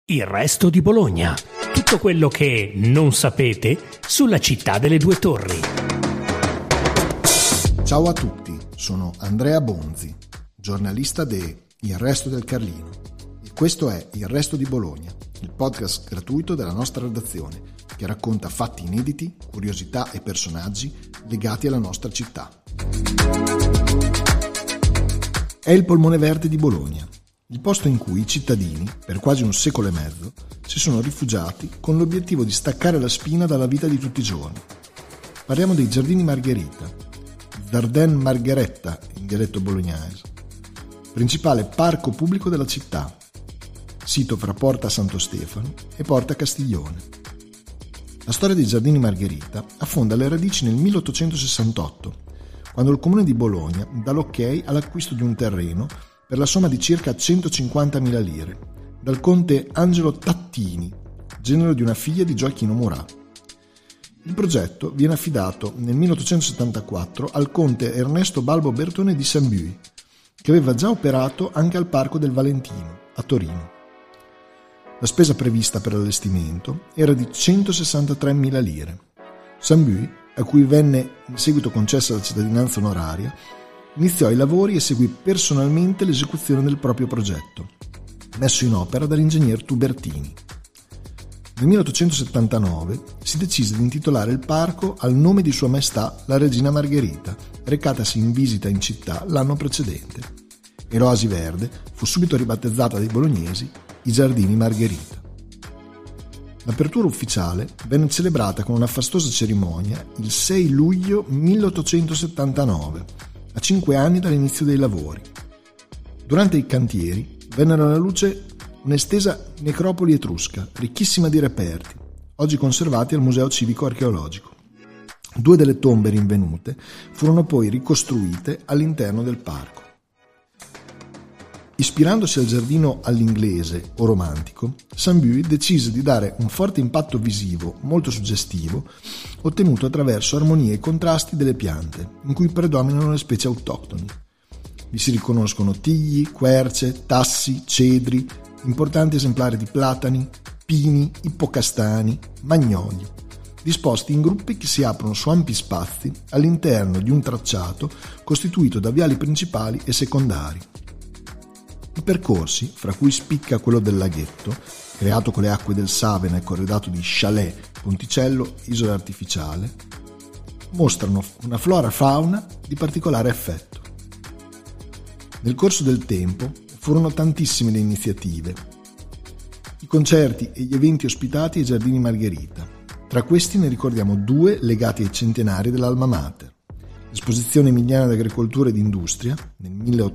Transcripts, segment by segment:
Il resto di Bologna. Tutto quello che non sapete sulla città delle due torri. Ciao a tutti, sono Andrea Bonzi, giornalista de Il Resto del Carlino, e questo è Il Resto di Bologna, il podcast gratuito della nostra redazione che racconta fatti inediti, curiosità e personaggi legati alla nostra città. È il polmone verde di Bologna, il posto in cui i cittadini, per quasi un secolo e mezzo, si sono rifugiati con l'obiettivo di staccare la spina dalla vita di tutti i giorni. Parliamo dei Giardini Margherita, Jardin Margheretta in dialetto bolognese, principale parco pubblico della città, sito fra Porta Santo Stefano e Porta Castiglione. La storia dei Giardini Margherita affonda le radici nel 1868, quando il comune di Bologna dà l'ok all'acquisto di un terreno per la somma di circa 150.000 lire, dal conte Angelo Tattini, genero di una figlia di Gioacchino Murat. Il progetto viene affidato nel 1874 al conte Ernesto Balbo Bertone di Sambuy, che aveva già operato anche al Parco del Valentino, a Torino. La spesa prevista per l'allestimento era di 163.000 lire. Sambuy, a cui venne in seguito concessa la cittadinanza onoraria, iniziò i lavori e seguì personalmente l'esecuzione del proprio progetto, messo in opera dall'ingegner Tubertini. Nel 1879 si decise di intitolare il parco al nome di Sua Maestà la Regina Margherita, recatasi in visita in città l'anno precedente, e l'oasi verde fu subito ribattezzata dai bolognesi i Giardini Margherita. L'apertura ufficiale venne celebrata con una fastosa cerimonia il 6 luglio 1879, a 5 anni dall'inizio dei lavori. Durante i cantieri vennero alla luce un'estesa necropoli etrusca, ricchissima di reperti, oggi conservati al Museo Civico Archeologico. 2 delle tombe rinvenute furono poi ricostruite all'interno del parco. Ispirandosi al giardino all'inglese o romantico, Sambuy decise di dare un forte impatto visivo molto suggestivo, ottenuto attraverso armonie e contrasti delle piante, in cui predominano le specie autoctoni. Vi si riconoscono tigli, querce, tassi, cedri, importanti esemplari di platani, pini, ippocastani, magnoli, disposti in gruppi che si aprono su ampi spazi all'interno di un tracciato costituito da viali principali e secondari. I percorsi, fra cui spicca quello del laghetto, creato con le acque del Savena e corredato di chalet, ponticello, isola artificiale, mostrano una flora-fauna di particolare effetto. Nel corso del tempo furono tantissime le iniziative, i concerti e gli eventi ospitati ai Giardini Margherita. Tra questi ne ricordiamo 2 legati ai centenari dell'Alma Mater. L'esposizione emiliana d'agricoltura ed industria, nel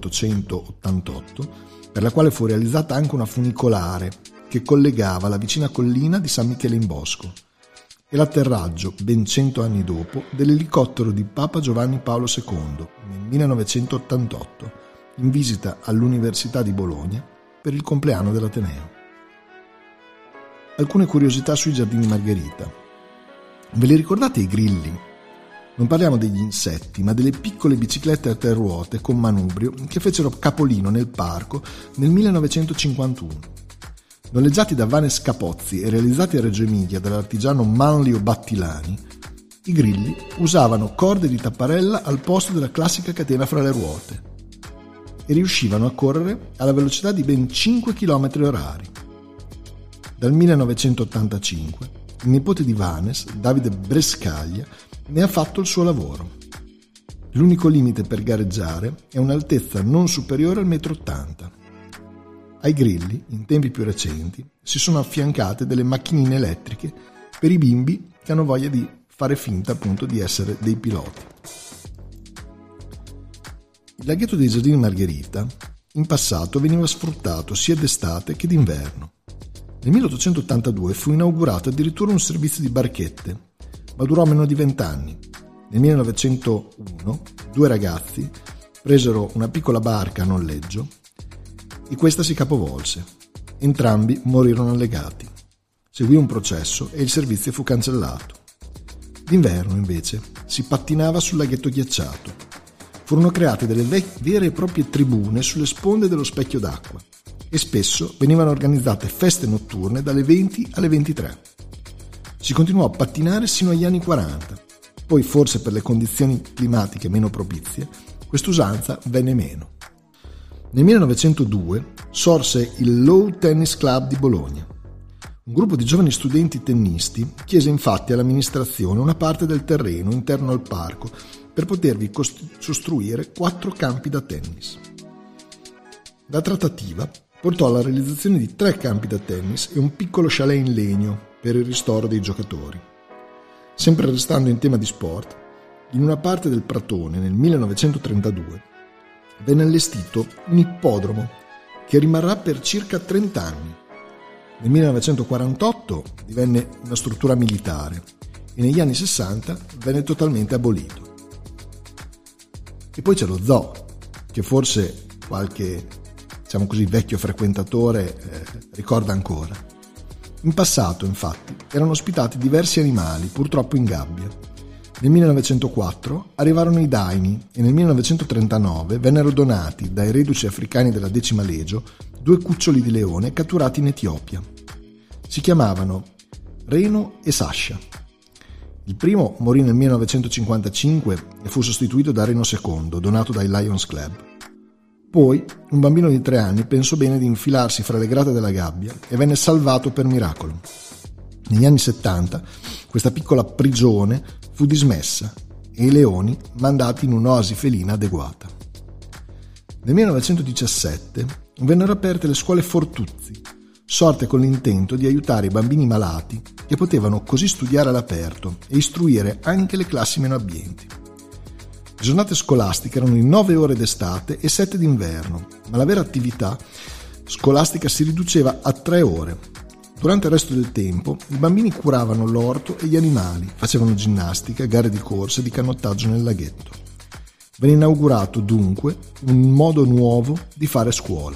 1888, per la quale fu realizzata anche una funicolare che collegava la vicina collina di San Michele in Bosco, e l'atterraggio, ben 100 anni dopo, dell'elicottero di Papa Giovanni Paolo II, nel 1988, in visita all'Università di Bologna per il compleanno dell'Ateneo. Alcune curiosità sui Giardini Margherita. Ve li ricordate i grilli? Non parliamo degli insetti, ma delle piccole biciclette a 3 ruote con manubrio che fecero capolino nel parco nel 1951. Noleggiati da Vane Scapozzi e realizzati a Reggio Emilia dall'artigiano Manlio Battilani, i grilli usavano corde di tapparella al posto della classica catena fra le ruote e riuscivano a correre alla velocità di ben 5 km/h. Dal 1985 il nipote di Vanes, Davide Brescaglia, ne ha fatto il suo lavoro. L'unico limite per gareggiare è un'altezza non superiore al 1,80 m. Ai grilli, in tempi più recenti, si sono affiancate delle macchinine elettriche per i bimbi che hanno voglia di fare finta appunto di essere dei piloti. Il laghetto dei Giardini Margherita in passato veniva sfruttato sia d'estate che d'inverno. Nel 1882 fu inaugurato addirittura un servizio di barchette, ma durò meno di 20 anni. Nel 1901 2 ragazzi presero una piccola barca a noleggio e questa si capovolse. Entrambi morirono annegati. Seguì un processo e il servizio fu cancellato. D'inverno, invece, si pattinava sul laghetto ghiacciato. Furono create delle vere e proprie tribune sulle sponde dello specchio d'acqua e spesso venivano organizzate feste notturne dalle 20 alle 23. Si continuò a pattinare sino agli anni 40, poi forse per le condizioni climatiche meno propizie, quest'usanza venne meno. Nel 1902 sorse il Lawn Tennis Club di Bologna. Un gruppo di giovani studenti tennisti chiese infatti all'amministrazione una parte del terreno interno al parco per potervi costruire 4 campi da tennis. La trattativa portò alla realizzazione di 3 campi da tennis e un piccolo chalet in legno per il ristoro dei giocatori. Sempre restando in tema di sport, in una parte del Pratone nel 1932 venne allestito un ippodromo che rimarrà per circa 30 anni. Nel 1948 divenne una struttura militare e negli anni 60 venne totalmente abolito. E poi c'è lo zoo, che forse qualche, vecchio frequentatore ricorda ancora. In passato, infatti, erano ospitati diversi animali, purtroppo in gabbia. Nel 1904 arrivarono i daini e nel 1939 vennero donati dai reduci africani della 10ª Legio 2 cuccioli di leone catturati in Etiopia. Si chiamavano Reno e Sasha. Il primo morì nel 1955 e fu sostituito da Reno II, donato dai Lions Club. Poi un bambino di 3 anni pensò bene di infilarsi fra le grate della gabbia e venne salvato per miracolo. Negli anni 70 questa piccola prigione fu dismessa e i leoni mandati in un'oasi felina adeguata. Nel 1917 vennero aperte le scuole Fortuzzi, sorte con l'intento di aiutare i bambini malati che potevano così studiare all'aperto e istruire anche le classi meno abbienti. Le giornate scolastiche erano di 9 ore d'estate e 7 d'inverno, ma la vera attività scolastica si riduceva a 3 ore. Durante il resto del tempo i bambini curavano l'orto e gli animali, facevano ginnastica, gare di corsa e di canottaggio nel laghetto. Venne inaugurato dunque un modo nuovo di fare scuola.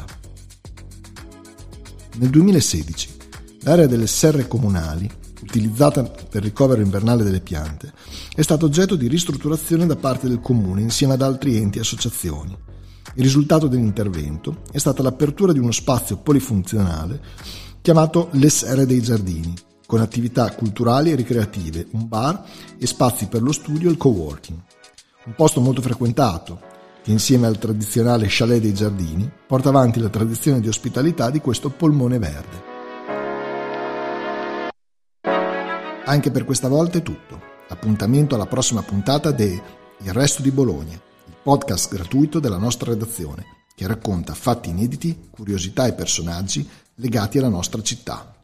Nel 2016 l'area delle serre comunali, utilizzata per il ricovero invernale delle piante, è stata oggetto di ristrutturazione da parte del comune insieme ad altri enti e associazioni. Il risultato dell'intervento è stata l'apertura di uno spazio polifunzionale chiamato Le Serre dei Giardini, con attività culturali e ricreative, un bar e spazi per lo studio e il coworking. Un posto molto frequentato, che insieme al tradizionale chalet dei giardini porta avanti la tradizione di ospitalità di questo polmone verde. Anche per questa volta è tutto. Appuntamento alla prossima puntata de Il Resto di Bologna, il podcast gratuito della nostra redazione, che racconta fatti inediti, curiosità e personaggi legati alla nostra città.